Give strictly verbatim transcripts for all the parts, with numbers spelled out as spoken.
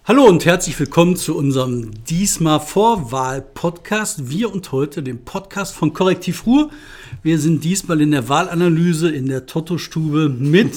Hallo und herzlich willkommen zu unserem diesmal Vorwahl-Podcast. Wir und heute den Podcast von Korrektiv Ruhr. Wir sind diesmal in der Wahlanalyse in der Toto-Stube mit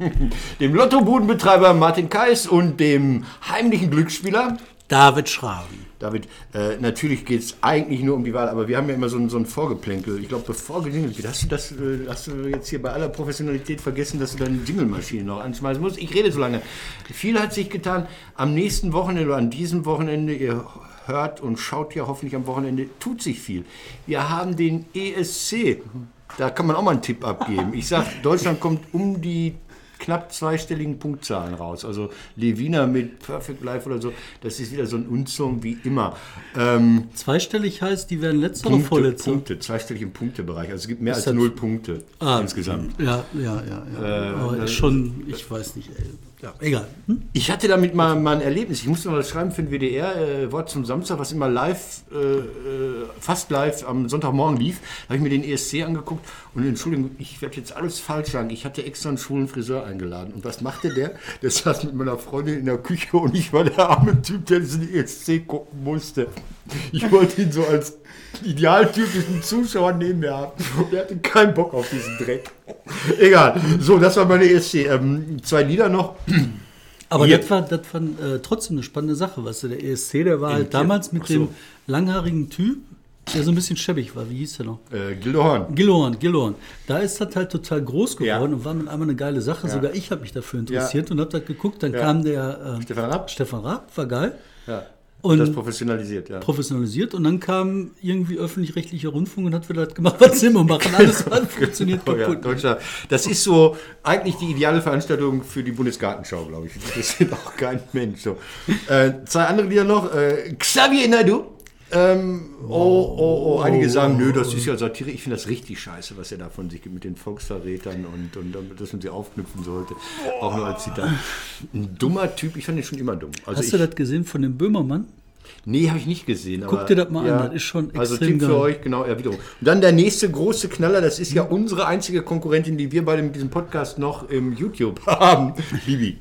dem Lottobudenbetreiber Martin Kais und dem heimlichen Glücksspieler David Schraven. David, äh, natürlich geht es eigentlich nur um die Wahl, aber wir haben ja immer so ein, so ein Vorgeplänkel. Ich glaube, bevor gejingelt wird, hast du das, äh, hast du jetzt hier bei aller Professionalität vergessen, dass du deine Jingle-Maschine noch anschmeißen musst? Ich rede so lange. Viel hat sich getan. Am nächsten Wochenende oder an diesem Wochenende, ihr hört und schaut ja hoffentlich am Wochenende, tut sich viel. Wir haben den E S C. Da kann man auch mal einen Tipp abgeben. Ich sage, Deutschland kommt um die knapp zweistelligen Punktzahlen raus. Also Lewina mit Perfect Life oder so, das ist wieder so ein Unzong wie immer. Ähm, Zweistellig heißt, die werden letzte Punkte, oder vorletzte? Punkte, zweistellig im Punktebereich. Also es gibt mehr ist als null Punkte ah, insgesamt. Ja, ja, ja. ja. Äh, Aber ist schon, ich weiß nicht, ey. Ja, egal. Hm? Ich hatte damit mal, mal ein Erlebnis. Ich musste mal das schreiben für den W D R, äh, Wort zum Samstag, was immer live, äh, fast live am Sonntagmorgen lief. Da habe ich mir den E S C angeguckt und Entschuldigung, ich werde jetzt alles falsch sagen. Ich hatte extra einen schwulen Friseur eingeladen. Und was machte der? Der saß mit meiner Freundin in der Küche und ich war der arme Typ, der diesen E S C gucken musste. Ich wollte ihn so als idealtypischen Zuschauer neben mir haben. Und der hatte keinen Bock auf diesen Dreck. Egal. So, das war meine E S C. Ähm, zwei Lieder noch. Aber Hier. das war, das war äh, trotzdem eine spannende Sache. Weißt du, der E S C, der war halt damals mit so. dem langhaarigen Typ, der so ein bisschen schäbig war. Wie hieß der noch? Äh, Gildehorn. Gildehorn, Gildehorn. Da ist das halt total groß geworden ja. und war mit einmal eine geile Sache. Ja. Sogar ich habe mich dafür interessiert ja. und habe das geguckt. Dann ja. kam der äh, Stefan Raab. Stefan Raab, war geil. Ja. Und das professionalisiert, ja. Professionalisiert und dann kam irgendwie öffentlich-rechtlicher Rundfunk und hat wieder das gemacht, was sie immer machen. Alles funktioniert kaputt. Ja, Deutscher. Das ist so eigentlich die ideale Veranstaltung für die Bundesgartenschau, glaube ich. Das interessiert auch kein Mensch. So. Äh, zwei andere Lieder noch. Äh, Xavier Naidoo. Ähm, oh, oh, oh, einige sagen, nö, das ist ja Satire. Ich finde das richtig scheiße, was er da von sich gibt mit den Volksverrätern und, und dass man sie aufknüpfen sollte. Auch nur als Zitat. Ein dummer Typ, ich fand ihn schon immer dumm. Also Hast ich, du das gesehen von dem Böhmermann? Nee, habe ich nicht gesehen. Guck aber, dir das mal ja, an, das ist schon extrem Also Tipp für geil. euch, genau, Erwiderung. Und dann der nächste große Knaller, das ist ja unsere einzige Konkurrentin, die wir beide mit diesem Podcast noch im YouTube haben. Bibi.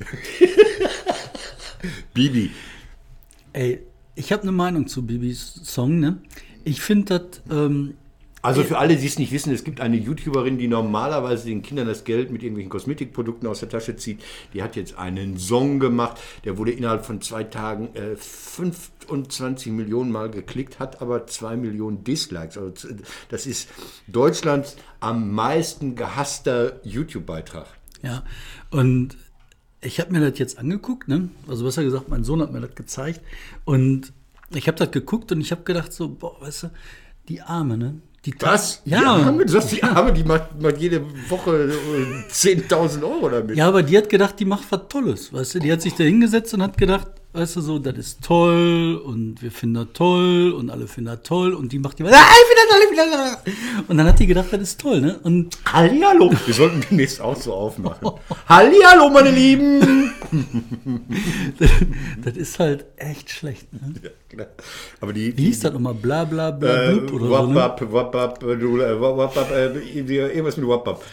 Bibi. Ey, ich habe eine Meinung zu Bibis Song, ne? Ich finde das... Ähm, also für alle, die es nicht wissen, es gibt eine YouTuberin, die normalerweise den Kindern das Geld mit irgendwelchen Kosmetikprodukten aus der Tasche zieht. Die hat jetzt einen Song gemacht, der wurde innerhalb von zwei Tagen äh, fünfundzwanzig Millionen Mal geklickt, hat aber zwei Millionen Dislikes. Also das ist Deutschlands am meisten gehasster YouTube-Beitrag. Ja, und ich habe mir das jetzt angeguckt, ne? Also besser gesagt, mein Sohn hat mir das gezeigt und ich habe das geguckt und ich habe gedacht so, boah, weißt du, die Arme, ne? Die Was? Ja. Die Arme? Du sagst, die Arme, die macht, macht jede Woche zehntausend Euro damit. Ja, aber die hat gedacht, die macht was Tolles, weißt du? Die hat sich da hingesetzt und hat gedacht, weißt du, so, das ist toll und wir finden das toll und alle finden das toll und die macht die, ah, ich finde das toll, ich finde das toll. Und dann hat die gedacht, das ist toll, ne? Und Hallihallo. Wir sollten demnächst auch so aufmachen. Hallihallo, meine Lieben. das, das ist halt echt schlecht, ne? Ja, klar. Aber die, Wie hieß das nochmal? Bla, bla, bla, blub äh, oder wap, so, ne? wap, wap, wap, wap, wap, äh, irgendwas mit Wap, wap.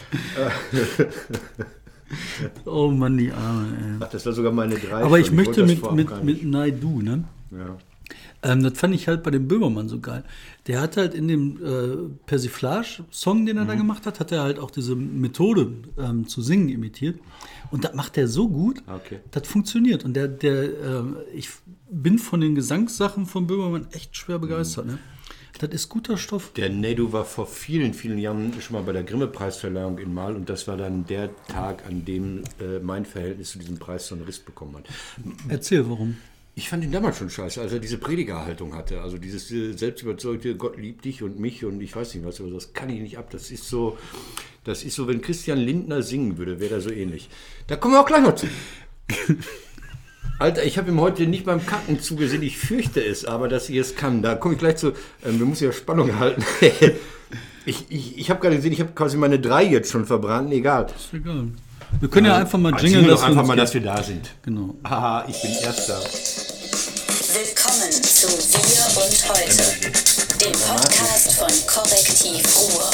Oh Mann, die Arme, ey. Ach, das war sogar meine drei. Aber ich möchte ich mit, mit, mit Naidoo, ne? Ja. Ähm, das fand ich halt bei dem Böhmermann so geil. Der hat halt in dem äh, Persiflage-Song, den er mhm. da gemacht hat, hat er halt auch diese Methode ähm, zu singen imitiert. Und das macht er so gut, okay. Das funktioniert. Und der, der, äh, ich bin von den Gesangssachen von Böhmermann echt schwer begeistert, mhm. ne? Das ist guter Stoff. Der Naidoo war vor vielen, vielen Jahren schon mal bei der Grimme-Preisverleihung in Mal und das war dann der Tag, an dem äh, mein Verhältnis zu diesem Preis so einen Riss bekommen hat. Erzähl, warum? Ich fand ihn damals schon scheiße, als er diese Predigerhaltung hatte. Also dieses selbstüberzeugte, Gott liebt dich und mich und ich weiß nicht was, aber das kann ich nicht ab. Das ist so, das ist so, wenn Christian Lindner singen würde, wäre er so ähnlich. Da kommen wir auch gleich noch zu. Alter, ich habe ihm heute nicht beim Kacken zugesehen, ich fürchte es, aber dass ich es kann. Da komme ich gleich zu, ähm, wir müssen ja Spannung halten. ich ich, ich habe gerade gesehen, ich habe quasi meine drei jetzt schon verbrannt, egal. Ist egal. Wir können ja, ja einfach mal jingeln, dass einfach mal, dass wir da sind. Genau. Haha, ich bin Erster. Willkommen zu Wir und Heute, dem Podcast von Korrektiv Ruhr.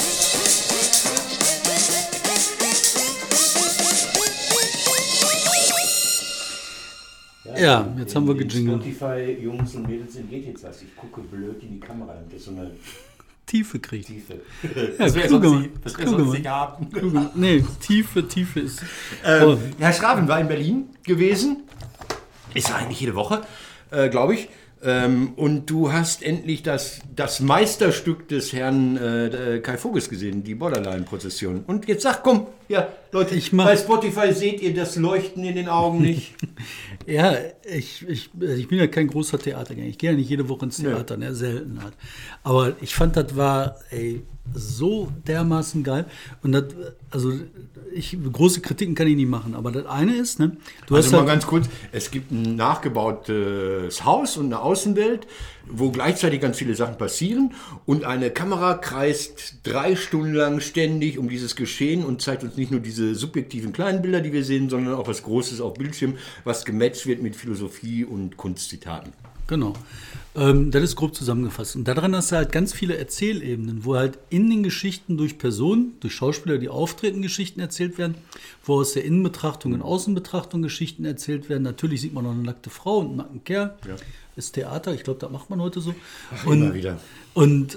Ja, jetzt haben wir den gejingelt. Spotify, Jungs und Mädels, entgeht jetzt was. Ich gucke blöd in die Kamera, damit das so eine Tiefe kriegt. Tiefe. Ja, wäre kluge sonst Mann. die- das wäre Kluge sonst Mann. die Garten. Kluge- Nee, Tiefe, Tiefe ist. Ähm, Oh. Herr Schraven war in Berlin gewesen. Ist er eigentlich jede Woche, äh, glaube ich. Ähm, und du hast endlich das, das Meisterstück des Herrn äh, Kai Voges gesehen, die Borderline-Prozession. Und jetzt sag, komm, ja, Leute, Ich mach- bei Spotify seht ihr das Leuchten in den Augen nicht. Ja, ich, ich, ich bin ja kein großer Theatergänger. Ich gehe ja nicht jede Woche ins Theater, ne, selten halt. Aber ich fand, das war ey, so dermaßen geil. Und das, also ich, große Kritiken kann ich nicht machen. Aber das eine ist, ne, du Also hast mal halt, ganz kurz, es gibt ein nachgebautes Haus und eine Außenwelt, wo gleichzeitig ganz viele Sachen passieren und eine Kamera kreist drei Stunden lang ständig um dieses Geschehen und zeigt uns nicht nur diese subjektiven kleinen Bilder, die wir sehen, sondern auch was Großes auf Bildschirm, was gematcht wird mit Philosophie und Kunstzitaten. Genau. Ähm, das ist grob zusammengefasst. Und daran hast du halt ganz viele Erzählebenen, wo halt in den Geschichten durch Personen, durch Schauspieler, die auftreten, Geschichten erzählt werden, wo aus der Innenbetrachtung und Außenbetrachtung Geschichten erzählt werden. Natürlich sieht man noch eine nackte Frau und einen nackten Kerl. Ja. Ist Theater, ich glaube, das macht man heute so. Ach, und, immer wieder. Und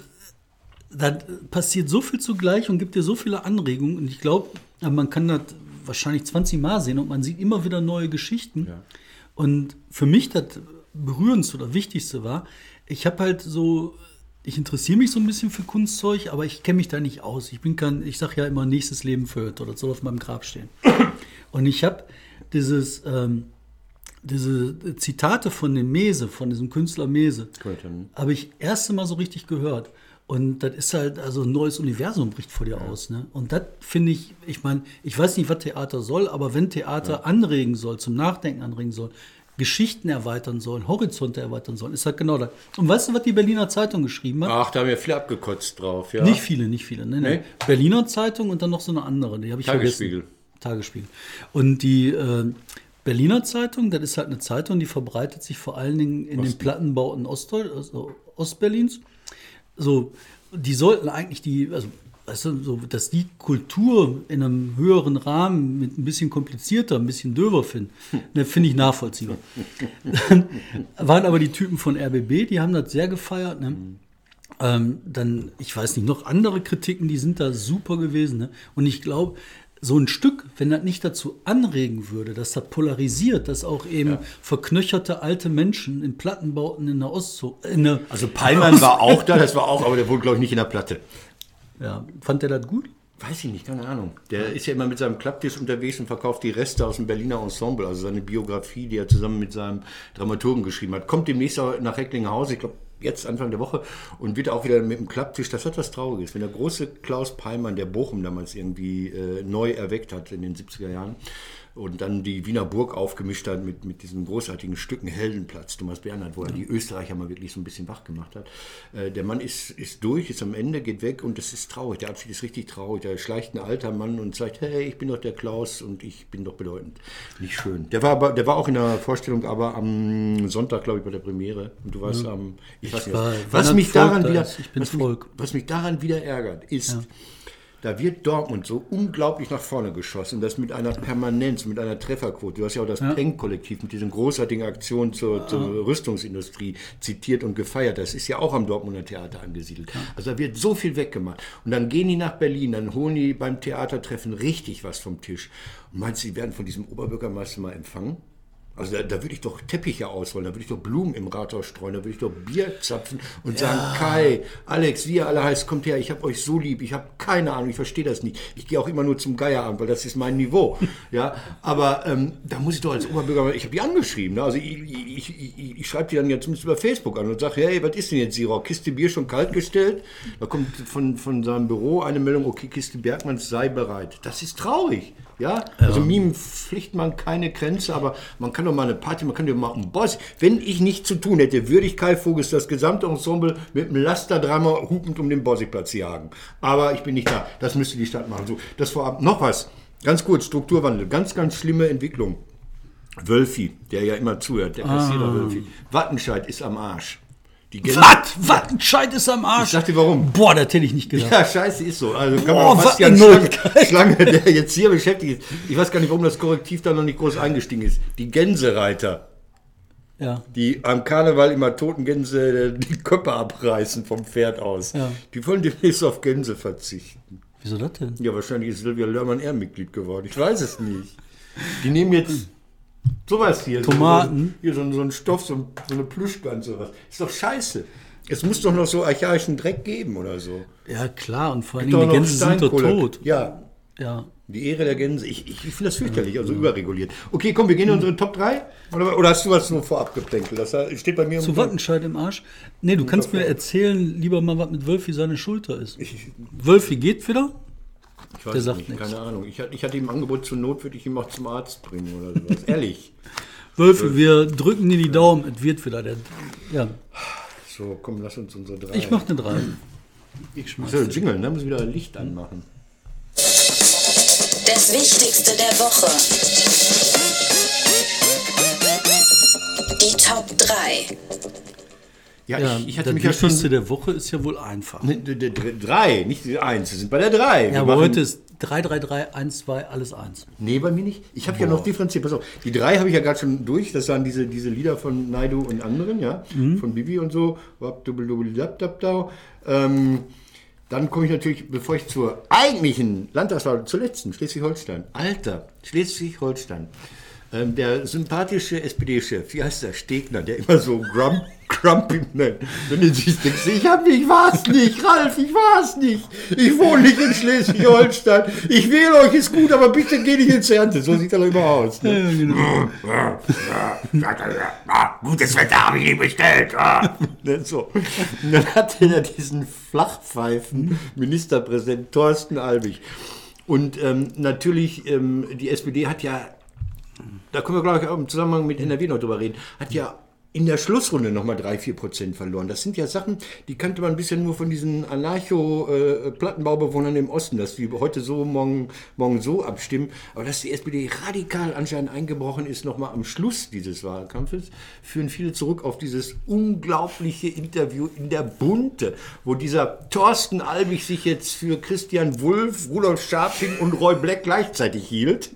da passiert so viel zugleich und gibt dir so viele Anregungen. Und ich glaube, man kann das wahrscheinlich zwanzig Mal sehen und man sieht immer wieder neue Geschichten. Ja. Und für mich das Berührendste oder Wichtigste war, ich habe halt so, ich interessiere mich so ein bisschen für Kunstzeug, aber ich kenne mich da nicht aus. Ich bin kein, ich sage ja immer, nächstes Leben für heute, oder das soll auf meinem Grab stehen. Und ich habe dieses, ähm, diese Zitate von dem Mese, von diesem Künstler Mese, habe ich erste Mal so richtig gehört. Und das ist halt, also ein neues Universum bricht vor dir aus. Ne? Und das finde ich, ich meine, ich weiß nicht, was Theater soll, aber wenn Theater ja. anregen soll, zum Nachdenken anregen soll, Geschichten erweitern sollen, Horizonte erweitern sollen, ist halt genau das. Und weißt du, was die Berliner Zeitung geschrieben hat? Ach, da haben wir viele abgekotzt drauf. Ja. Nicht viele, nicht viele. Nee, nee. Nee? Berliner Zeitung und dann noch so eine andere, die habe ich Tagesspiegel. vergessen. Tagesspiegel. Und die äh, Berliner Zeitung, das ist halt eine Zeitung, die verbreitet sich vor allen Dingen in Osten. den Plattenbauten Ostdeut also Ostberlins. So, die sollten eigentlich die, also weißt du, so, dass die Kultur in einem höheren Rahmen mit ein bisschen komplizierter, ein bisschen döver finden, ne, finde ich nachvollziehbar. Dann waren aber die Typen von R B B, die haben das sehr gefeiert. Ne? Mhm. Ähm, dann, ich weiß nicht, noch andere Kritiken, die sind da super gewesen. Ne? Und ich glaube, so ein Stück, wenn das nicht dazu anregen würde, dass das polarisiert, dass auch eben ja. verknöcherte alte Menschen in Plattenbauten in der Ostzone. Also Pallmann war auch da, das war auch, aber der wohnt, glaube ich, nicht in der Platte. Ja, fand der das gut? Weiß ich nicht, keine Ahnung. Der ist ja immer mit seinem Klapptisch unterwegs und verkauft die Reste aus dem Berliner Ensemble, also seine Biografie, die er zusammen mit seinem Dramaturgen geschrieben hat. Kommt demnächst auch nach Recklinghausen, ich glaube jetzt Anfang der Woche, und wird auch wieder mit dem Klapptisch, das hat was Trauriges. Wenn der große Klaus Pallmann, der Bochum damals irgendwie äh, neu erweckt hat in den siebziger Jahren, und dann die Wiener Burg aufgemischt hat mit, mit diesen großartigen Stücken Heldenplatz, Thomas Bernhard, wo er die Österreicher mal wirklich so ein bisschen wach gemacht hat. Äh, der Mann ist, ist durch, ist am Ende, geht weg und das ist traurig. Der Abschied ist richtig traurig. Der schleicht ein alter Mann und sagt, hey, ich bin doch der Klaus und ich bin doch bedeutend. Nicht schön. Der war aber, der war auch in der Vorstellung, aber am Sonntag, glaube ich, bei der Premiere. Und du warst am, ähm, ich, ich weiß nicht, war, was, was mich daran da wieder, ist, ich bin was, Volk. mich, was mich daran wieder ärgert, ist, ja. Da wird Dortmund so unglaublich nach vorne geschossen, das mit einer Permanenz, mit einer Trefferquote. Du hast ja auch das ja. Penck-Kollektiv mit diesen großartigen Aktionen zur, ja. zur Rüstungsindustrie zitiert und gefeiert. Das ist ja auch am Dortmunder Theater angesiedelt. Ja. Also da wird so viel weggemacht. Und dann gehen die nach Berlin, dann holen die beim Theatertreffen richtig was vom Tisch. Und meinst du, die werden von diesem Oberbürgermeister mal empfangen? Also da, da würde ich doch Teppiche ausrollen, da würde ich doch Blumen im Rathaus streuen, da würde ich doch Bier zapfen und ja. sagen, Kai, Alex, wie ihr alle heißt, kommt her, ich habe euch so lieb, ich habe keine Ahnung, ich verstehe das nicht. Ich gehe auch immer nur zum Geierabend, weil das ist mein Niveau. Ja, aber ähm, da muss ich doch als Oberbürgermeister, ich habe die angeschrieben, ne? Also ich, ich, ich, ich schreibe die dann ja zumindest über Facebook an und sage, hey, was ist denn jetzt Siro? Kiste Bier schon kalt gestellt? Da kommt von, von seinem Büro eine Meldung, okay, Kiste Bergmanns sei bereit. Das ist traurig. Ja, also ja. Meme pflicht man keine Grenze, aber man kann doch mal eine Party, man kann doch mal einen Boss. Wenn ich nichts zu tun hätte, würde ich Kai Voges das gesamte Ensemble mit einem Lasterdrama hupend um den Bossigplatz jagen. Aber ich bin nicht da. Das müsste die Stadt machen. So, das vorab. Noch was. Ganz kurz, Strukturwandel. Ganz, ganz schlimme Entwicklung. Wölfi, der ja immer zuhört, der Kassierer ah. Wölfi. Wattenscheid ist am Arsch. Was? Wattenscheid ist am Arsch? Ich sag dir warum. Boah, das hätte ich nicht gedacht. Ja, scheiße, ist so. Also kann Boah, man Bastian Schlange, Schlange, der jetzt hier beschäftigt ist. Ich weiß gar nicht, warum das Korrektiv da noch nicht groß eingestiegen ist. Die Gänsereiter. Ja. Die am Karneval immer toten Gänse die Köpfe abreißen vom Pferd aus. Ja. Die wollen demnächst auf Gänse verzichten. Wieso das denn? Ja, wahrscheinlich ist Silvia Lörmann Ehrenmitglied geworden. Ich weiß es nicht. Die nehmen jetzt sowas hier. Tomaten. So, hier so, so ein Stoff, so, so eine Plüschgans oder was. Ist doch scheiße. Es muss doch noch so archaischen Dreck geben oder so. Ja, klar. Und vor allen Gibt Dingen, die doch noch Gänse sind doch Steinkohle. tot. Ja, Ja. die Ehre der Gänse. Ich, ich, ich finde das fürchterlich, also überreguliert. Okay, komm, wir gehen in unsere Top drei. Oder, oder hast du was nur vorab geplänkelt? Das steht bei mir Zu im Wattenscheid im Arsch? Nee, du kannst mir erzählen, lieber mal, was mit Wölfi seine Schulter ist. Wölfi geht wieder? Ich weiß Der sagt nicht, nichts. keine Ahnung. Ich, ich hatte ihm ein Angebot, zur Not würde ich ihn auch zum Arzt bringen oder sowas. Ehrlich. Wölfi, wir drücken dir die Daumen, es wird wieder. Der, ja. So, komm, lass uns unsere drei. Ich mach eine drei. Ich schmeiß So, den. Jingle, ne? Müssen wieder Licht anmachen. Das Wichtigste der Woche. Die Top drei. Ja, Ja, ich, ich hatte das mich ja schon... Wichtigste der Woche ist ja wohl einfach. Ne, d- d- d- Drei, nicht die eins. Wir sind bei der drei. Ja, Wir aber machen- heute ist drei, drei, drei, eins, zwei, alles eins. Nee, bei mir nicht. Ich habe ja noch differenziert. Pass auf, die drei habe ich ja gerade schon durch. Das waren diese, diese Lieder von Naidu und anderen, ja, von Bibi und so. Wap, dubbel, dubbel, dab, dab, dau. Ähm, dann komme ich natürlich, bevor ich zur eigentlichen Landtagswahl, zur letzten, Schleswig-Holstein. Alter, Schleswig-Holstein. Ähm, der sympathische S P D-Chef, wie heißt der, Stegner, der immer so Grump, Grumpy nennt. Wenn du siehst, denkst du, ich, hab, ich war's nicht, Ralf, ich war's nicht. Ich wohne nicht in Schleswig-Holstein. Ich wähle euch, ist gut, aber bitte geh nicht ins Ernte. So sieht er doch immer aus. Ne? Ja, genau. Ah, gutes Wetter habe ich ihm bestellt. Ah. So. Und dann hatte er diesen Flachpfeifen Ministerpräsident Thorsten Albig. Und ähm, natürlich, ähm, die S P D hat ja, da können wir glaube ich auch im Zusammenhang mit N R W noch drüber reden, hat ja in der Schlussrunde nochmal drei, vier Prozent verloren. Das sind ja Sachen, die kannte man bisher nur von diesen Anarcho-Plattenbaubewohnern im Osten, dass die heute so, morgen, morgen so abstimmen. Aber dass die S P D radikal anscheinend eingebrochen ist, nochmal am Schluss dieses Wahlkampfes, führen viele zurück auf dieses unglaubliche Interview in der Bunte, wo dieser Thorsten Albig sich jetzt für Christian Wulff, Rudolf Scharping und Roy Black gleichzeitig hielt.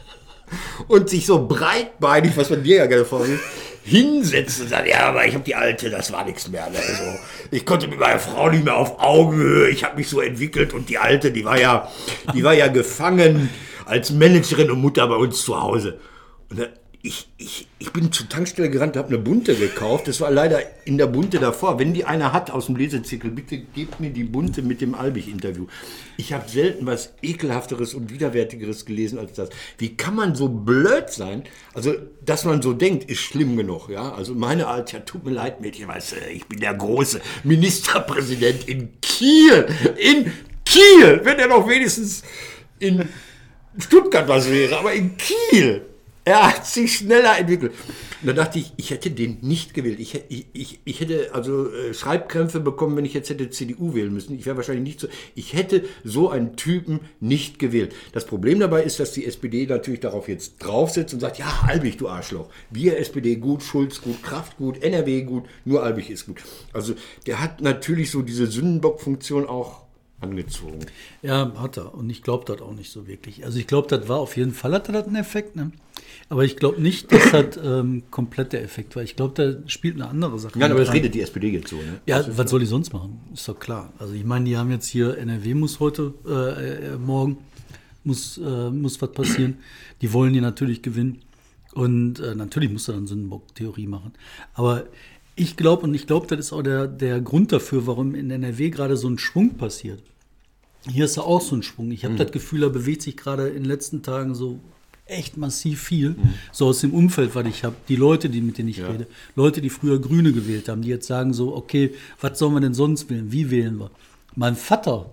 Und sich so breitbeinig, was man dir ja gerne vorwirft, hinsetzt und sagt, ja, aber ich habe die Alte, das war nichts mehr. Ne? Also, ich konnte mit meiner Frau nicht mehr auf Augenhöhe, ich habe mich so entwickelt und die Alte, die war ja, die war ja gefangen als Managerin und Mutter bei uns zu Hause. Und da, ich, ich, ich bin zur Tankstelle gerannt, habe eine Bunte gekauft. Das war leider in der Bunte davor. Wenn die einer hat aus dem Lesezirkel, bitte gebt mir die Bunte mit dem Albig-Interview. Ich habe selten was Ekelhafteres und Widerwärtigeres gelesen als das. Wie kann man so blöd sein? Also, dass man so denkt, ist schlimm genug. Ja? Also meine Alte, ja, tut mir leid, Mädchen, weißt du, ich bin der große Ministerpräsident in Kiel. In Kiel! Wenn er noch wenigstens in Stuttgart was wäre, aber in Kiel. Er hat sich schneller entwickelt. Und da dachte ich, ich hätte den nicht gewählt. Ich, ich, ich, ich hätte also äh, Schreibkrämpfe bekommen, wenn ich jetzt hätte C D U wählen müssen. Ich wäre wahrscheinlich nicht so. Ich hätte so einen Typen nicht gewählt. Das Problem dabei ist, dass die S P D natürlich darauf jetzt draufsetzt und sagt, ja, Albig, du Arschloch. Wir S P D gut, Schulz gut, Kraft gut, N R W gut, nur Albig ist gut. Also der hat natürlich so diese Sündenbock-Funktion auch angezogen. Ja, hat er. Und ich glaube das auch nicht so wirklich. Also ich glaube, das war auf jeden Fall, hatte das einen Effekt. Ne? Aber ich glaube nicht, dass das ähm, komplett der Effekt war. Ich glaube, da spielt eine andere Sache. Ja, aber das redet die S P D jetzt so. Ne? Ja, was soll die sonst machen? Ist doch klar. Also ich meine, die haben jetzt hier, N R W muss heute, äh, äh, morgen, muss, äh, muss was passieren. Die wollen hier natürlich gewinnen. Und äh, natürlich muss er dann Sündenbock-Theorie machen. Aber ich glaube, und ich glaube, das ist auch der, der Grund dafür, warum in N R W gerade so ein Schwung passiert. Hier ist ja auch so ein Schwung. Ich habe mhm. das Gefühl, da bewegt sich gerade in den letzten Tagen so echt massiv viel. Mhm. So aus dem Umfeld, was ich habe. Die Leute, die, mit denen ich ja. rede. Leute, die früher Grüne gewählt haben, die jetzt sagen so, okay, was sollen wir denn sonst wählen? Wie wählen wir? Mein Vater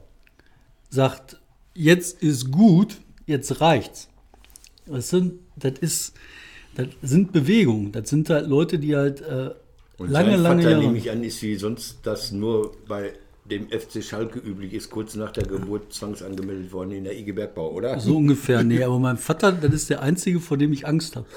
sagt, jetzt ist gut, jetzt reicht's. Das sind, das ist, das sind Bewegungen. Das sind halt Leute, die halt äh, Und lange, sein lange Vater, Jahre... nehme ich an, ist wie sonst das nur bei dem F C Schalke üblich ist, kurz nach der Geburt zwangsangemeldet worden in der I G Bergbau, oder? So ungefähr, nee, aber mein Vater, das ist der Einzige, vor dem ich Angst habe.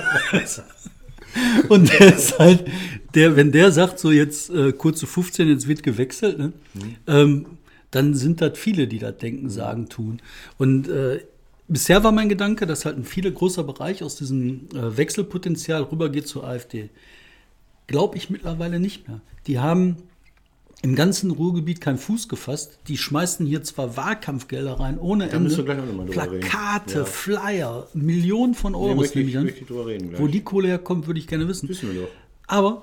Und der ist halt, der, wenn der sagt, so jetzt äh, kurz zu fünfzehn, jetzt wird gewechselt, ne? Mhm. ähm, dann sind das viele, die das denken, sagen, tun. Und äh, bisher war mein Gedanke, dass halt ein viel großer Bereich aus diesem äh, Wechselpotenzial rübergeht zur AfD. glaube ich mittlerweile nicht mehr. Die haben im ganzen Ruhrgebiet keinen Fuß gefasst. Die schmeißen hier zwar Wahlkampfgelder rein ohne Da müssen wir Ende. gleich auch noch mal drüber reden. Plakate, Ja. Flyer, Millionen von Nee, Euros möchte nehme ich, ich an. möchte ich drüber reden gleich. Wo die Kohle herkommt, würde ich gerne wissen. Wissen wir doch. Aber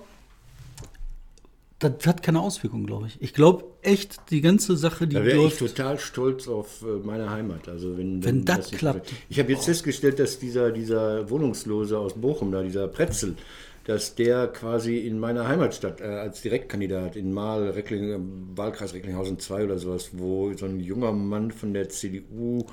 das hat keine Auswirkung, glaube ich. Ich glaube echt, die ganze Sache, die Da wäre ich läuft. total stolz auf äh, meine Heimat. Also wenn, Wenn das nicht- klappt. Ich habe jetzt festgestellt, dass dieser, dieser Wohnungslose aus Bochum, da dieser Pretzel, dass der quasi in meiner Heimatstadt äh, als Direktkandidat in Mahl, Reckling, Wahlkreis Recklinghausen zwei oder sowas, wo so ein junger Mann von der C D U,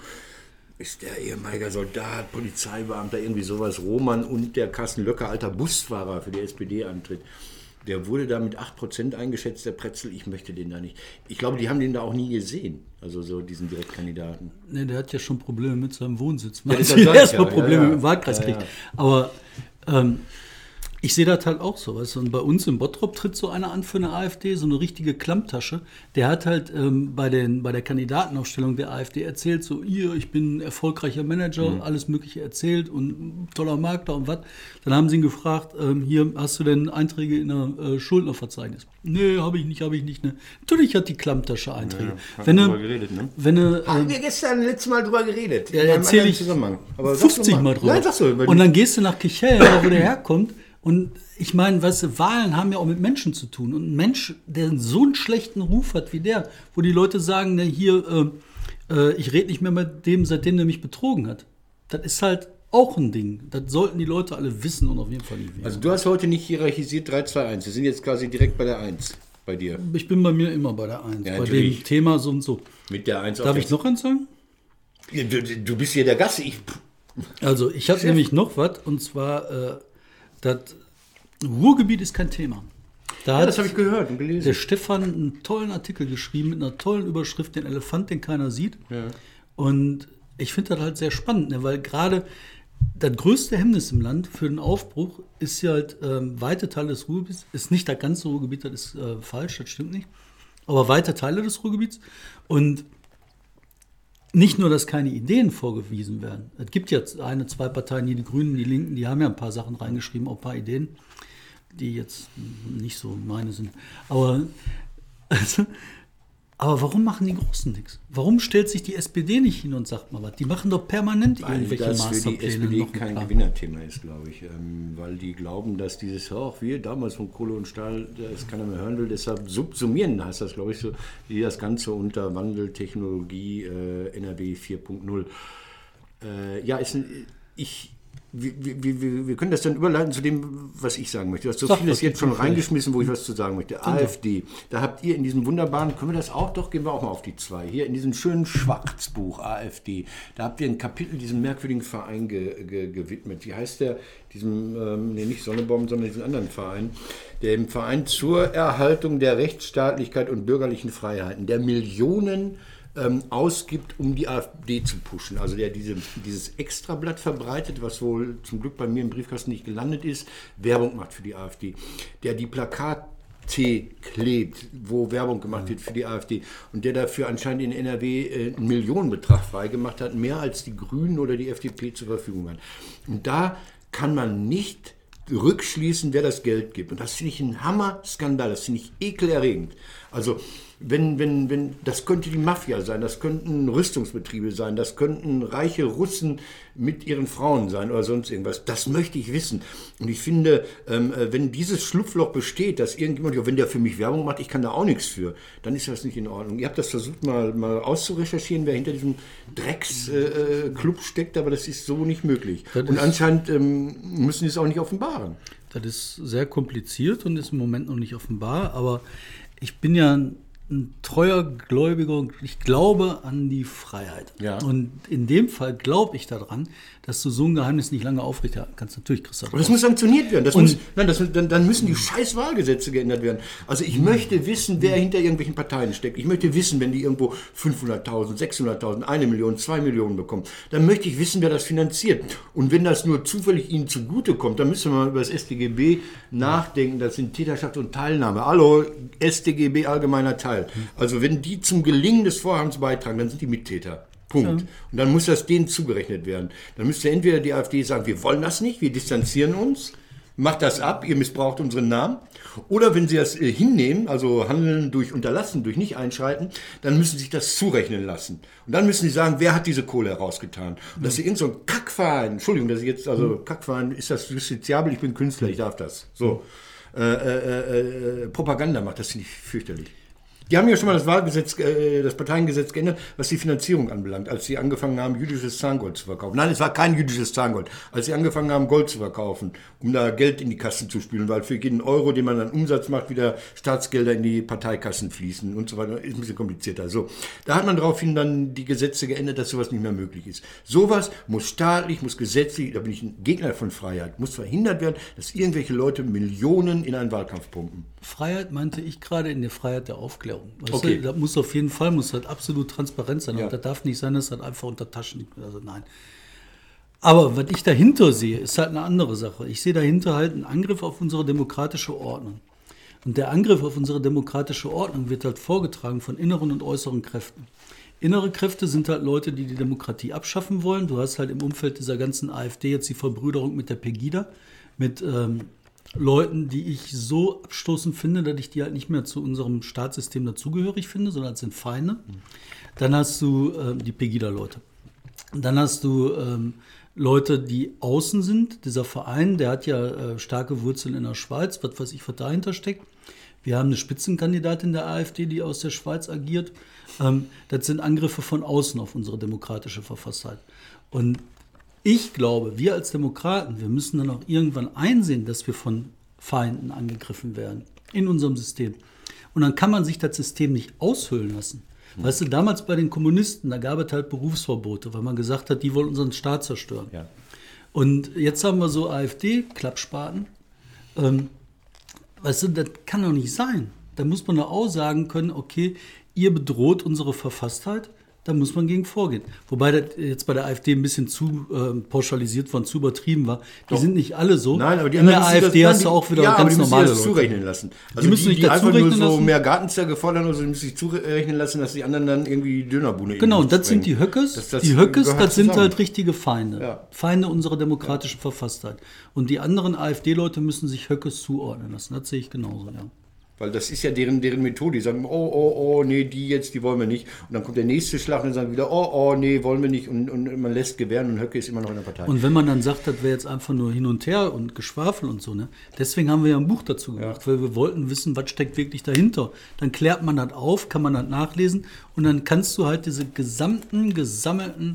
ist der ehemaliger Soldat, Polizeibeamter, irgendwie sowas, Roman und der Carsten Löcker, alter Busfahrer für die S P D antritt. Der wurde da mit acht Prozent eingeschätzt, der Pretzel. Ich möchte den da nicht. Ich glaube, die haben den da auch nie gesehen. Also so diesen Direktkandidaten. Nee, der hat ja schon Probleme mit seinem Wohnsitz. Ja, Man das sieht sag ich erstmal ja, Probleme ja, ja. im Wahlkreis Ja, kriegt. ja. Aber ähm, ich sehe das halt auch so. Weißt du? Und bei uns in Bottrop tritt so einer an für eine AfD, so eine richtige Klammtasche. Der hat halt ähm, bei, den, bei der Kandidatenaufstellung der AfD erzählt, so, ihr, ich bin ein erfolgreicher Manager, Mhm. alles Mögliche erzählt und ein toller Makler und was. Dann haben sie ihn gefragt, ähm, hier, hast du denn Einträge in der äh, Schuldnerverzeichnis? Nee, habe ich nicht, habe ich nicht. Ne? Natürlich hat die Klammtasche Einträge. haben wenn wir du, drüber geredet, ne? wenn du, Haben ähm, wir gestern letztes Mal drüber geredet. Ja, In einem erzähl anderen ich Zusammenhang. Aber sag's fünfzig doch Mal drüber. Nein, sagst du. weil Und die- dann gehst du nach Kichel, da wo der herkommt. Und ich meine, weißt du, Wahlen haben ja auch mit Menschen zu tun. Und ein Mensch, der so einen schlechten Ruf hat wie der, wo die Leute sagen, ne, hier, äh, äh, ich rede nicht mehr mit dem, seitdem der mich betrogen hat. Das ist halt auch ein Ding. Das sollten die Leute alle wissen und auf jeden Fall nicht wählen. Also du hast heute nicht hierarchisiert drei, zwei, eins. Wir sind jetzt quasi direkt bei der eins bei dir. Ich bin bei mir immer bei der Eins. Ja, bei natürlich. dem Thema so und so. Mit der eins Darf ich noch eins sagen? Du, du bist hier der Gast. Ich, Also, ich habe nämlich noch was, und zwar, äh, das Ruhrgebiet ist kein Thema. Da ja, hat das habe ich gehört und gelesen. der Stefan einen tollen Artikel geschrieben mit einer tollen Überschrift, den Elefant, den keiner sieht. Ja. Und ich finde das halt sehr spannend, ne? Weil gerade das größte Hemmnis im Land für den Aufbruch ist ja halt ähm, weite Teile des Ruhrgebiets, ist nicht das ganze Ruhrgebiet, das ist äh, falsch, das stimmt nicht, aber weite Teile des Ruhrgebiets. Und nicht nur, dass keine Ideen vorgewiesen werden. Es gibt jetzt eine, zwei Parteien, hier die Grünen, die Linken, die haben ja ein paar Sachen reingeschrieben, auch ein paar Ideen, die jetzt nicht so meine sind. Aber, also, aber warum machen die Großen nichts? Warum stellt sich die S P D nicht hin und sagt mal was? Die machen doch permanent Weil irgendwelche das für die S Masterpläne. P D noch kein Kram. Gewinnerthema ist, glaube ich. Ähm, weil die glauben, dass dieses, auch wir damals von Kohle und Stahl, das keiner mehr hören will, deshalb subsumieren heißt das, glaube ich, so, die das Ganze unter Wandel, Technologie, äh, N R W vier Punkt null. Äh, ja, ist ein, ich, wir, wir, wir, wir können das dann überleiten zu dem, was ich sagen möchte. Du hast so Sag, vieles was jetzt du schon vielleicht- reingeschmissen, wo ich was zu sagen möchte. AfD, da habt ihr in diesem wunderbaren, können wir das auch, doch, gehen wir auch mal auf die zwei, hier in diesem schönen Schwarzbuch AfD, da habt ihr ein Kapitel diesem merkwürdigen Verein ge, ge, gewidmet. Wie heißt der? Diesem, ähm, nee, nicht Sonnebaum, sondern diesen anderen Verein, dem Verein zur Erhaltung der Rechtsstaatlichkeit und bürgerlichen Freiheiten, der Millionen ähm, ausgibt, um die AfD zu pushen. Also der diese, dieses Extrablatt verbreitet, was wohl zum Glück bei mir im Briefkasten nicht gelandet ist, Werbung macht für die AfD. Der die Plakate klebt, wo Werbung gemacht wird für die AfD und der dafür anscheinend in N R W äh, einen Millionenbetrag freigemacht hat, mehr als die Grünen oder die F D P zur Verfügung hat. Und da kann man nicht rückschließen, wer das Geld gibt. Und das finde ich ein Hammer-Skandal, das finde ich ekelerregend. Also wenn, wenn, wenn, das könnte die Mafia sein, das könnten Rüstungsbetriebe sein, das könnten reiche Russen mit ihren Frauen sein oder sonst irgendwas. Das möchte ich wissen. Und ich finde, ähm, wenn dieses Schlupfloch besteht, dass irgendjemand, ja, wenn der für mich Werbung macht, ich kann da auch nichts für, dann ist das nicht in Ordnung. Ihr habt das versucht mal, mal auszurecherchieren, wer hinter diesem Drecksclub äh, steckt, aber das ist so nicht möglich. Das Und ist- anscheinend ähm, müssen sie es auch nicht offenbaren. Das ist sehr kompliziert und ist im Moment noch nicht offenbar, aber ich bin ja ein, ein treuer Gläubiger und ich glaube an die Freiheit. Ja. Und in dem Fall glaube ich daran, dass du so ein Geheimnis nicht lange aufrechterhalten kannst. Natürlich, Christoph. Aber das muss sanktioniert werden. Das Und- muss, nein, das, dann, dann müssen die scheiß Wahlgesetze geändert werden. Also ich möchte wissen, wer hinter irgendwelchen Parteien steckt. Ich möchte wissen, wenn die irgendwo fünfhunderttausend, sechshunderttausend, eine Million, zwei Millionen bekommen, dann möchte ich wissen, wer das finanziert. Und wenn das nur zufällig ihnen zugutekommt, dann müssen wir mal über das S t G B nachdenken. Das sind Täterschaft und Teilnahme. Hallo, S t G B allgemeiner Teil. Also wenn die zum Gelingen des Vorhabens beitragen, dann sind die Mittäter. Punkt. Und dann muss das denen zugerechnet werden. Dann müsste entweder die AfD sagen, wir wollen das nicht, wir distanzieren uns. macht das ab, ihr missbraucht unseren Namen. Oder wenn sie das äh, hinnehmen, also handeln durch Unterlassen, durch Nicht-Einschreiten, dann müssen sie sich das zurechnen lassen. Und dann müssen sie sagen, wer hat diese Kohle herausgetan? Und dass sie irgend so ein Kackverein, Entschuldigung, dass ich jetzt, also Kackverein, ist das justiziabel, ich bin Künstler, ich darf das. So, äh, äh, äh, Propaganda macht, das finde ich fürchterlich. Die haben ja schon mal das Wahlgesetz, äh, das Parteiengesetz geändert, was die Finanzierung anbelangt, als sie angefangen haben, jüdisches Zahngold zu verkaufen. Nein, es war kein jüdisches Zahngold. Als sie angefangen haben, Gold zu verkaufen, um da Geld in die Kassen zu spülen, weil für jeden Euro, den man an Umsatz macht, wieder Staatsgelder in die Parteikassen fließen und so weiter. Ist ein bisschen komplizierter. So, da hat man daraufhin dann die Gesetze geändert, dass sowas nicht mehr möglich ist. Sowas muss staatlich, muss gesetzlich, da bin ich ein Gegner von Freiheit, muss verhindert werden, dass irgendwelche Leute Millionen in einen Wahlkampf pumpen. Freiheit meinte ich gerade in der Freiheit der Aufklärung. Weißt Okay. du, das muss auf jeden Fall, muss halt absolut transparent sein. Ja. Und das darf nicht sein, dass das einfach unter Taschen liegt. Also nein. Aber was ich dahinter sehe, ist halt eine andere Sache. Ich sehe dahinter halt einen Angriff auf unsere demokratische Ordnung. Und der Angriff auf unsere demokratische Ordnung wird halt vorgetragen von inneren und äußeren Kräften. Innere Kräfte sind halt Leute, die die Demokratie abschaffen wollen. Du hast halt im Umfeld dieser ganzen AfD jetzt die Verbrüderung mit der Pegida, mit ähm, Leuten, die ich so abstoßend finde, dass ich die halt nicht mehr zu unserem Staatssystem dazugehörig finde, sondern als sind Feinde. Dann hast du äh, die Pegida-Leute. Dann hast du ähm, Leute, die außen sind. Dieser Verein, der hat ja äh, starke Wurzeln in der Schweiz, was weiß ich, was dahinter steckt. Wir haben eine Spitzenkandidatin der AfD, die aus der Schweiz agiert. Ähm, das sind Angriffe von außen auf unsere demokratische Verfasstheit. Und ich glaube, wir als Demokraten, wir müssen dann auch irgendwann einsehen, dass wir von Feinden angegriffen werden in unserem System. Und dann kann man sich das System nicht aushöhlen lassen. Mhm. Weißt du, damals bei den Kommunisten, da gab es halt Berufsverbote, weil man gesagt hat, die wollen unseren Staat zerstören. Ja. Und jetzt haben wir so AfD-Klappspaten. Ähm, weißt du, das kann doch nicht sein. Da muss man doch auch sagen können, okay, ihr bedroht unsere Verfasstheit. Da muss man gegen vorgehen. Wobei das jetzt bei der AfD ein bisschen zu äh, pauschalisiert war und zu übertrieben war. Die Doch. sind nicht alle so. Nein, aber die in der AfD das, hast du auch wieder ja, ganz aber die normale müssen das Leute. zurechnen lassen. Also die müssen die, sich die dazu einfach nur rechnen so lassen. mehr Gartenzwerge fordern, also die müssen sich zurechnen lassen, dass die anderen dann irgendwie die Dönerbude Genau, und das sind die Höckes. Das, das die Höckes, das sind zusammen. halt richtige Feinde. Ja. Feinde unserer demokratischen ja. Verfasstheit. Und die anderen AfD-Leute müssen sich Höckes zuordnen lassen. Das sehe ich genauso, ja. Weil das ist ja deren, deren Methode. Die sagen, oh, oh, oh, nee, die jetzt, die wollen wir nicht. Und dann kommt der nächste Schlag und dann sagen wieder, oh, oh, nee, wollen wir nicht. Und, und man lässt gewähren und Höcke ist immer noch in der Partei. Und wenn man dann sagt, das wäre jetzt einfach nur hin und her und Geschwafel und so, ne? Deswegen haben wir ja ein Buch dazu gemacht, ja. weil wir wollten wissen, was steckt wirklich dahinter. Dann klärt man das auf, kann man das nachlesen und dann kannst du halt diese gesamten, gesammelten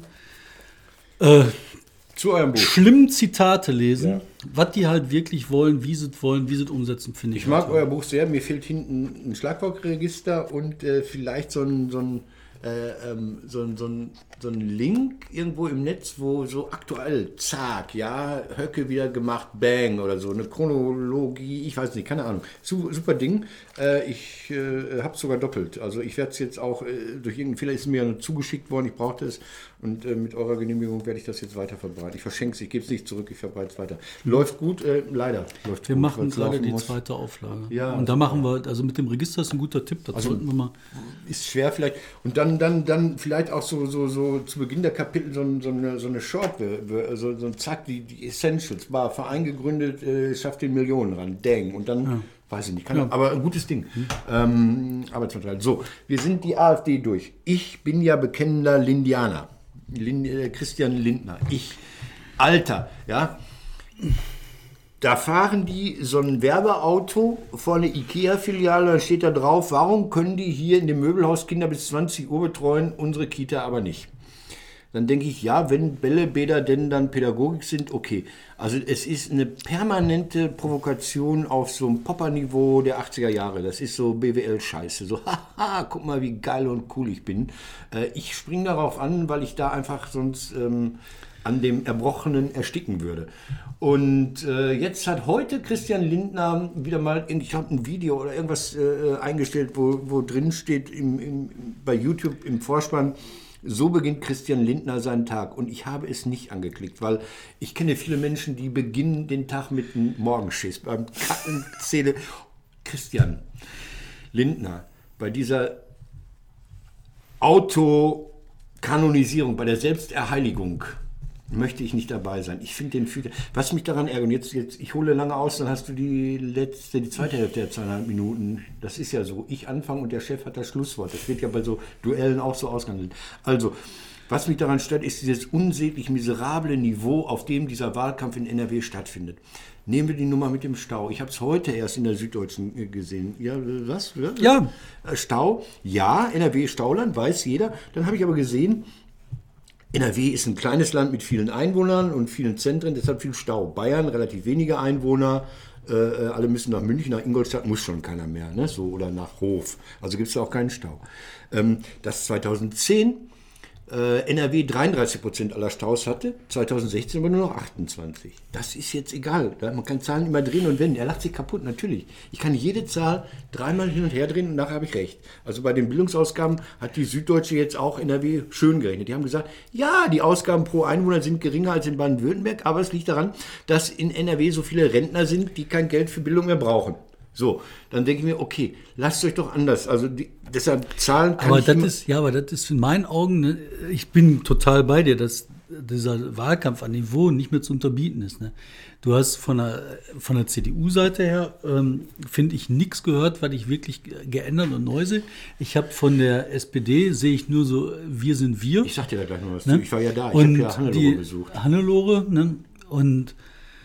äh, zu eurem Buch. schlimmen Zitate lesen, ja. was die halt wirklich wollen, wie sie es wollen, wie sie es umsetzen, finde ich. Ich mag euer Buch sehr. Mir fehlt hinten ein Schlagwortregister und äh, vielleicht so ein, so, ein, äh, ähm, so, ein, so, ein, so ein Link irgendwo im Netz, wo so aktuell, zack, ja, Höcke wieder gemacht, bang oder so, eine Chronologie, ich weiß nicht, keine Ahnung. Super Ding. Äh, ich äh, habe es sogar doppelt. Also ich werde es jetzt auch, äh, durch irgendeinen Fehler ist es mir zugeschickt worden, ich brauchte es. Und äh, mit eurer Genehmigung werde ich das jetzt weiter verbreiten. Ich verschenke es, ich gebe es nicht zurück, ich verbreite es weiter. Läuft gut, äh, leider. Läuft wir gut, machen gerade die muss. zweite Auflage. Ja, und da machen wir, also mit dem Register ist ein guter Tipp, das also sollten wir mal. Ist schwer vielleicht. Und dann, dann, dann vielleicht auch so, so, so zu Beginn der Kapitel so, so, eine, so eine Short, so, so ein Zack, die, die Essentials, war Verein gegründet, äh, schafft den Millionen ran, dang. Und dann, ja. weiß ich nicht, kann ja. aber ein gutes Ding. Hm. Ähm, Arbeitsvertrag. So, wir sind die AfD durch. Ich bin ja bekennender Lindianer. Lind, äh, Christian Lindner. Ich. Alter, ja. Da fahren die so ein Werbeauto vor eine Ikea-Filiale, da steht da drauf, warum können die hier in dem Möbelhaus Kinder bis zwanzig Uhr betreuen, unsere Kita aber nicht. Dann denke ich, ja, wenn Bällebäder denn dann Pädagogik sind, okay. Also es ist eine permanente Provokation auf so einem Popperniveau der achtziger Jahre. Das ist so B W L-Scheiße. So, haha, guck mal, wie geil und cool ich bin. Äh, ich springe darauf an, weil ich da einfach sonst ähm, an dem Erbrochenen ersticken würde. Und äh, jetzt hat heute Christian Lindner wieder mal, ich habe ein Video oder irgendwas äh, eingestellt, wo, wo drin steht im, im, bei YouTube im Vorspann, so beginnt Christian Lindner seinen Tag. Und ich habe es nicht angeklickt, weil ich kenne viele Menschen, die beginnen den Tag mit einem Morgenschiss, beim Kackenzähle. Christian Lindner, bei dieser Autokanonisierung, bei der Selbsterheiligung, möchte ich nicht dabei sein. Ich finde den viel. Was mich daran ärgert, und jetzt, jetzt, ich hole lange aus, dann hast du die letzte, die zweite Hälfte der zweieinhalb Minuten. Das ist ja so. Ich anfange und der Chef hat das Schlusswort. Das wird ja bei so Duellen auch so ausgehandelt. Also, was mich daran stört, ist dieses unsäglich miserable Niveau, auf dem dieser Wahlkampf in N R W stattfindet. Nehmen wir die Nummer mit dem Stau. Ich habe es heute erst in der Süddeutschen gesehen. Ja, was? Ja. Stau, ja, N R W Stauland, weiß jeder. Dann habe ich aber gesehen, N R W ist ein kleines Land mit vielen Einwohnern und vielen Zentren, deshalb viel Stau. Bayern, relativ wenige Einwohner. Äh, alle müssen nach München, nach Ingolstadt muss schon keiner mehr, ne? So, oder nach Hof. Also gibt es da auch keinen Stau. Ähm, das zweitausendzehn äh, N R W dreiunddreißig Prozent aller Staus hatte, zweitausendsechzehn aber nur noch achtundzwanzig. Das ist jetzt egal. Man kann Zahlen immer drehen und wenden. Er lacht sich kaputt, natürlich. Ich kann jede Zahl dreimal hin und her drehen und nachher habe ich recht. Also bei den Bildungsausgaben hat die Süddeutsche jetzt auch N R W schön gerechnet. Die haben gesagt, ja, die Ausgaben pro Einwohner sind geringer als in Baden-Württemberg, aber es liegt daran, dass in N R W so viele Rentner sind, die kein Geld für Bildung mehr brauchen. So, dann denke ich mir, okay, lasst euch doch anders. Also die, deshalb Zahlen kann aber ich das immer, ist, ja, aber das ist in meinen Augen, ne, ich bin total bei dir, dass dieser Wahlkampf an Niveau nicht mehr zu unterbieten ist. Ne? Du hast von der, von der C D U-Seite her, ähm, finde ich, nichts gehört, was ich wirklich geändert und neu sehe. Ich habe von der S P D, sehe ich nur so, wir sind wir. ich sag dir da gleich noch was Ne? zu. Ich war ja da, ich Und habe ja Hannelore die besucht. Hannelore, ne? Und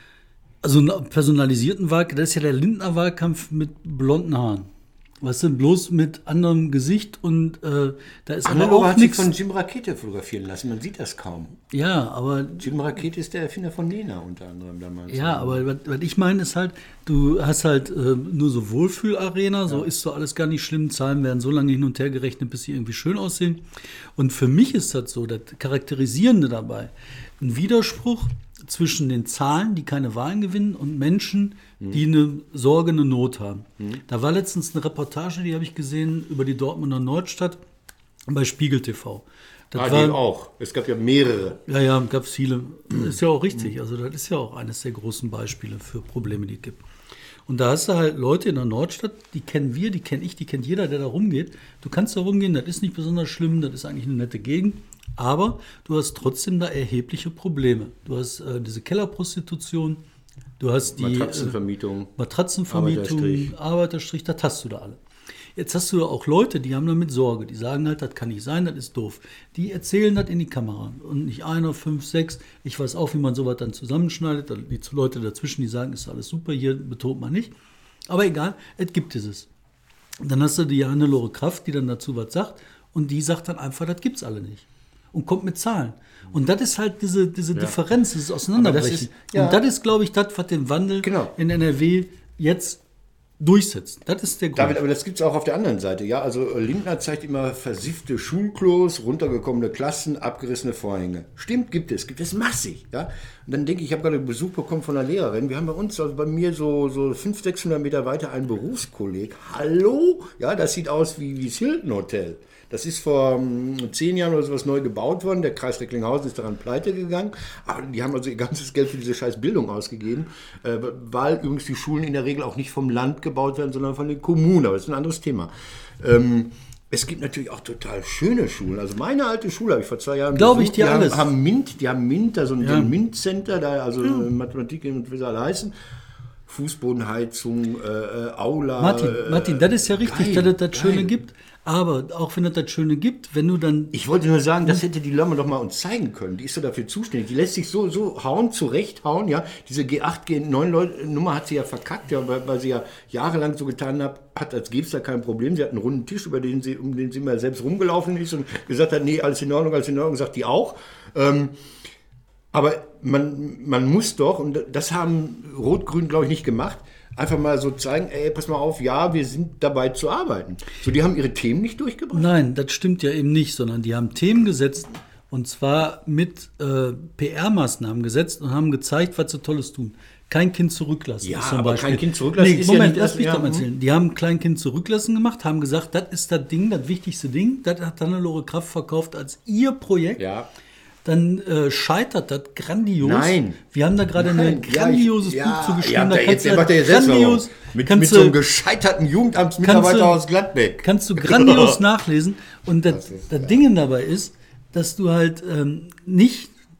also einen personalisierten Wahlkampf, das ist ja der Lindner-Wahlkampf mit blonden Haaren. Weißt du, bloß mit anderem Gesicht und äh, da ist aber Hannelore auch hat sich nichts. von Jim Rakete fotografieren lassen, man sieht das kaum. Ja, aber Jim Rakete ist der Erfinder von Nena unter anderem damals. ja, aber was, was ich meine ist halt, du hast halt äh, nur so Wohlfühlarena, so ist so alles gar nicht schlimm, Zahlen werden so lange hin und her gerechnet, bis sie irgendwie schön aussehen. Und für mich ist das so, das Charakterisierende dabei, ein Widerspruch zwischen den Zahlen, die keine Wahlen gewinnen, und Menschen, die eine Sorge, eine Not haben. Mhm. Da war letztens eine Reportage, die habe ich gesehen, über die Dortmunder Nordstadt bei Spiegel T V. Das ah, war, die auch. Es gab ja mehrere. Ja, ja, gab es viele. Das ist ja auch richtig. Also das ist ja auch eines der großen Beispiele für Probleme, die es gibt. Und da hast du halt Leute in der Nordstadt, die kennen wir, die kenne ich, die kennt jeder, der da rumgeht. Du kannst da rumgehen, das ist nicht besonders schlimm, das ist eigentlich eine nette Gegend. Aber du hast trotzdem da erhebliche Probleme. Du hast äh, diese Kellerprostitution, du hast die Matratzenvermietung, äh, Matratzenvermietung, Arbeiterstrich. Arbeiterstrich, das hast du da alle. Jetzt hast du da auch Leute, die haben damit Sorge. Die sagen halt, das kann nicht sein, das ist doof. Die erzählen das in die Kamera. Und nicht einer, fünf, sechs. Ich weiß auch, wie man sowas dann zusammenschneidet. Die Leute dazwischen, die sagen, ist alles super, hier betont man nicht. Aber egal, es gibt es. Und dann hast du die Hannelore Kraft, die dann dazu was sagt. Und die sagt dann einfach, das gibt's alle nicht. Und kommt mit Zahlen. Und das ist halt diese, diese ja. Differenz, dieses Auseinanderbrechen. Das ist, ja. Und das ist, glaube ich, das, was den Wandel genau. in N R W jetzt durchsetzt. Das ist der Grund. David, aber das gibt es auch auf der anderen Seite. Ja, also Lindner zeigt immer versiffte Schulklos, runtergekommene Klassen, abgerissene Vorhänge. Stimmt, gibt es. Gibt es massig. Ja? Und dann denke ich, ich habe gerade einen Besuch bekommen von einer Lehrerin. Wir haben bei uns, also bei mir so, so fünfhundert, sechshundert Meter weiter einen Berufskolleg. Hallo? Ja, das sieht aus wie, wie das Hilton Hotel. Das ist vor um, zehn Jahren oder sowas neu gebaut worden. Der Kreis Recklinghausen ist daran pleite gegangen. Aber die haben also ihr ganzes Geld für diese scheiß Bildung ausgegeben. Äh, weil übrigens die Schulen in der Regel auch nicht vom Land gebaut werden, sondern von den Kommunen. Aber das ist ein anderes Thema. Ähm, es gibt natürlich auch total schöne Schulen. Also meine alte Schule habe ich vor zwei Jahren Glaube ich dir die alles. Haben, haben Mint, die haben Mint, da so ein, Ja. so ein Mint-Center, da also ja. Mathematik und wie sie alle heißen. Fußbodenheizung, äh, Aula. Martin, äh, Martin, das ist ja richtig, geil, dass es das Schöne geil. gibt. Aber auch wenn es das Schöne gibt, wenn du dann... Ich wollte nur sagen, das hätte die Lammer doch mal uns zeigen können. Die ist so dafür zuständig. Die lässt sich so, so hauen, zurechthauen. Ja? Diese G acht, G neun Nummer hat sie ja verkackt, ja, weil, weil sie ja jahrelang so getan hat, hat als gäbe es da kein Problem. Sie hat einen runden Tisch, über den sie, um den sie mal selbst rumgelaufen ist und gesagt hat, nee, alles in Ordnung, alles in Ordnung, sagt die auch. Ähm, aber man, man muss doch, und das haben Rot-Grün, glaube ich, nicht gemacht, einfach mal so zeigen, ey, pass mal auf, ja, wir sind dabei zu arbeiten. So, die haben ihre Themen nicht durchgebracht. Nein, das stimmt ja eben nicht, sondern die haben Themen gesetzt, und zwar mit äh, P R-Maßnahmen gesetzt und haben gezeigt, was sie Tolles tun. Kein Kind zurücklassen. Ja, ist zum aber Beispiel. kein Kind zurücklassen nee, ist Moment, ja nicht lass das- mich ja, doch mal hm. erzählen. Die haben Klein Kind zurücklassen gemacht, haben gesagt, das ist das Ding, das wichtigste Ding. Das hat Hannelore Kraft verkauft als ihr Projekt. Ja. Dann äh, scheitert das grandios. Nein. Wir haben da gerade Nein, ein grandioses ja, Buch ich- zugeschrieben. Ja, da ja, kannst jetzt du macht er jetzt selbst grandios, Werbung. mit, kannst mit du, so einem gescheiterten Jugendamtsmitarbeiter kannst du- aus Gladbeck. Kannst du grandios nachlesen. Und das, das Ding dabei ist, dass du halt ähm, nicht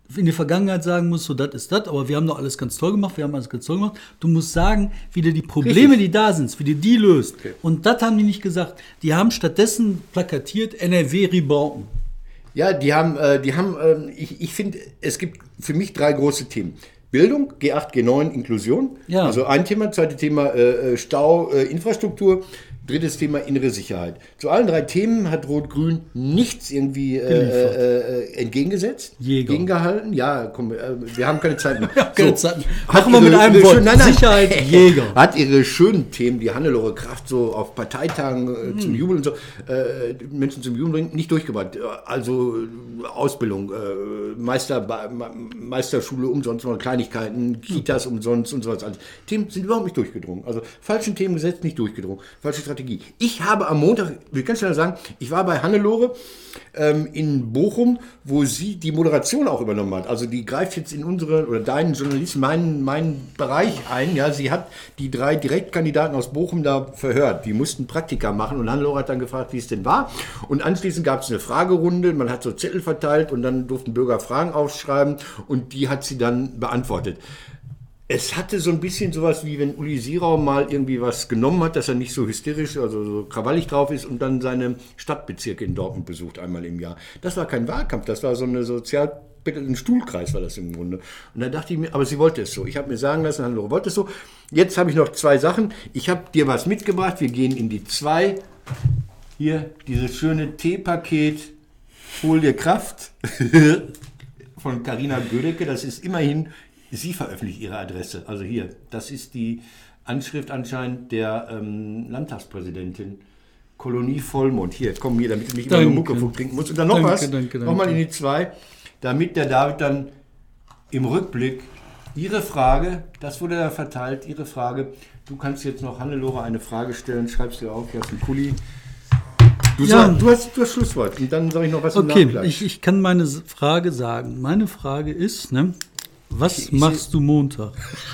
in die Vergangenheit sagen musst, so das ist das, aber wir haben doch alles ganz toll gemacht, wir haben alles ganz toll gemacht. Du musst sagen, wie du die Probleme, Richtig. die da sind, wie du die löst. Okay. Und das haben die nicht gesagt. Die haben stattdessen plakatiert N R W Rebauten. Ja, die haben, äh, die haben, äh, ich, ich finde, es gibt für mich drei große Themen. Bildung, G acht, G neun, Inklusion. Ja. Also ein Thema, zweites Thema äh, Stau, äh, Infrastruktur, drittes Thema innere Sicherheit. Zu allen drei Themen hat Rot-Grün nichts irgendwie äh, äh, entgegengesetzt, Jäger. gegengehalten. Ja, komm, äh, wir haben keine Zeit mehr. Keine So. Zeit. Hat Machen wir mit ihre- einem ihre Wort. schönen- nein, nein. Sicherheit, Jäger. Hat ihre schönen Themen, die Hannelore Kraft so auf Parteitagen äh, zum Jubel und so, äh, Menschen zum Jubel bringen, nicht durchgebracht. Also äh, Ausbildung, äh, Meister, Ma- Meisterschule umsonst, mal Kleinigkeiten, Kitas umsonst und sowas alles. Themen sind überhaupt nicht durchgedrungen. Also falschen Themen gesetzt, nicht durchgedrungen. Falsche Strategie. Ich habe am Montag, will ganz schnell sagen, ich war bei Hannelore ähm, in Bochum, wo sie die Moderation auch übernommen hat. Also die greift jetzt in unsere, oder deinen Journalisten, meinen, meinen Bereich ein. Ja, sie hat die drei Direktkandidaten aus Bochum da verhört. Die mussten Praktika machen und Hannelore hat dann gefragt, wie es denn war. Und anschließend gab es eine Fragerunde, man hat so Zettel verteilt und dann durften Bürger Fragen aufschreiben und die hat sie dann beantwortet. Es hatte so ein bisschen sowas, wie wenn Uli Sirau mal irgendwie was genommen hat, dass er nicht so hysterisch, also so krawallig drauf ist und dann seine Stadtbezirke in Dortmund besucht, einmal im Jahr. Das war kein Wahlkampf, das war so eine sozial ein Stuhlkreis war das im Grunde. Und da dachte ich mir, aber sie wollte es so. Ich habe mir sagen lassen, Hannelore wollte es so. Jetzt habe ich noch zwei Sachen. Ich habe dir was mitgebracht. Wir gehen in die zwei. Hier dieses schöne Teepaket Folie Kraft von Carina Gödecke. Das ist immerhin, sie veröffentlicht ihre Adresse. Also hier, das ist die Anschrift anscheinend der ähm, Landtagspräsidentin. Kolonie Vollmond. Hier, komm hier, damit du nicht immer Danke. nur Muckefuck trinken musst. Und dann noch Danke, was. danke, danke. Nochmal in die zwei. Damit der David dann im Rückblick Ihre Frage, das wurde ja verteilt, Ihre Frage, du kannst jetzt noch Hannelore eine Frage stellen, schreibst dir auf, hier hast einen Kuli. Du, Ja. sag, du, hast, du hast Schlusswort und dann sage ich noch was im Okay, Nachgleich. ich, ich kann meine S- Frage sagen. Meine Frage ist, ne, was Ich- ich machst du Montag?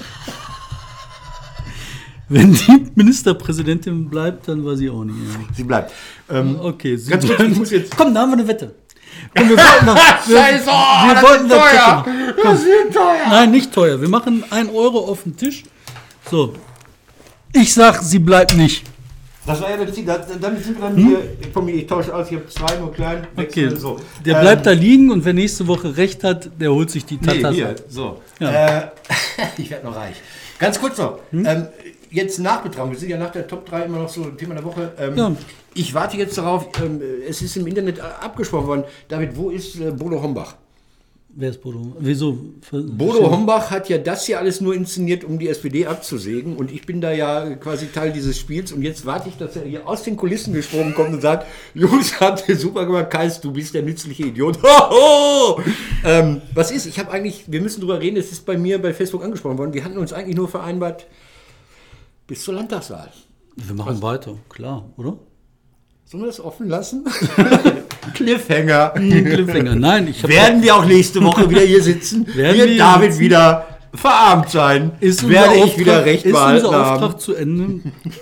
Wenn die Ministerpräsidentin bleibt, dann weiß ich auch nicht mehr. Sie bleibt. Ähm, Okay, sie ganz kurz, bleibt. ich muss jetzt... Komm, da haben wir eine Wette. Komm, wir wollten noch, wir, Scheiße, oh, wir das wollten ist das teuer. checken. Das wird teuer. Nein, nicht teuer. Wir machen ein Euro auf den Tisch. So. Ich sag, sie bleibt nicht. Das war ja das Ziel. Das- Dann sind wir dann hier, von mir, ich tausche aus, ich habe zwei nur klein. Okay. wechseln, So. Der Ähm, bleibt da liegen und wer nächste Woche recht hat, der holt sich die Nee, Tatas. hier, so. Ja. Äh, ich werde noch reich. Ganz kurz noch. Ähm, jetzt Nachbetrachtung. Wir sind ja nach der Top drei immer noch so Thema der Woche. Ähm, Ja. Ich warte jetzt darauf, ähm, es ist im Internet abgesprochen worden. David, wo ist äh, Bodo Hombach? Wer ist Bodo? Wieso? Bodo Hombach hat ja das hier alles nur inszeniert, um die S P D abzusägen. Und ich bin da ja quasi Teil dieses Spiels. Und jetzt warte ich, dass er hier aus den Kulissen gesprungen kommt und sagt, Jungs, habt ihr super gemacht, Kais, du bist der nützliche Idiot. Hoho! ähm, was ist? Ich habe eigentlich, wir müssen drüber reden, es ist bei mir bei Facebook angesprochen worden. Wir hatten uns eigentlich nur vereinbart bis zur Landtagswahl. Wir machen weiter, klar, oder? Sollen wir das offen lassen? Cliffhanger. Cliffhanger. Nein, ich habe Werden wir auch nächste Woche wieder hier sitzen? Werden Wird wir David sitzen? wieder verarmt sein? Ist unser Werde ich Auftrag, wieder recht ist behalten unser haben? Auftrag zu Ende?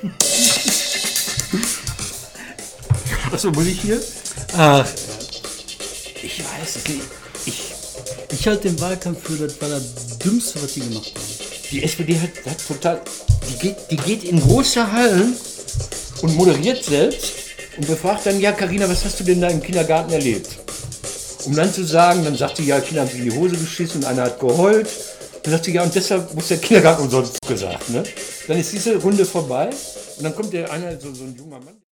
Achso, muss ich hier? Ach, Ich weiß es nicht. Ich, ich halte den Wahlkampf für das war das Dümmste, was die gemacht haben. die S P D hat, hat total... Die geht, die geht in große Hallen und moderiert selbst und befragt dann, ja, Carina, was hast du denn da im Kindergarten erlebt? Um dann zu sagen, dann sagt sie, ja, Kinder haben sich in die Hose geschissen und einer hat geheult. Dann sagt sie, ja, und deshalb muss der Kindergarten umsonst gesagt. Ne? Dann ist diese Runde vorbei und dann kommt der einer, so, so ein junger Mann.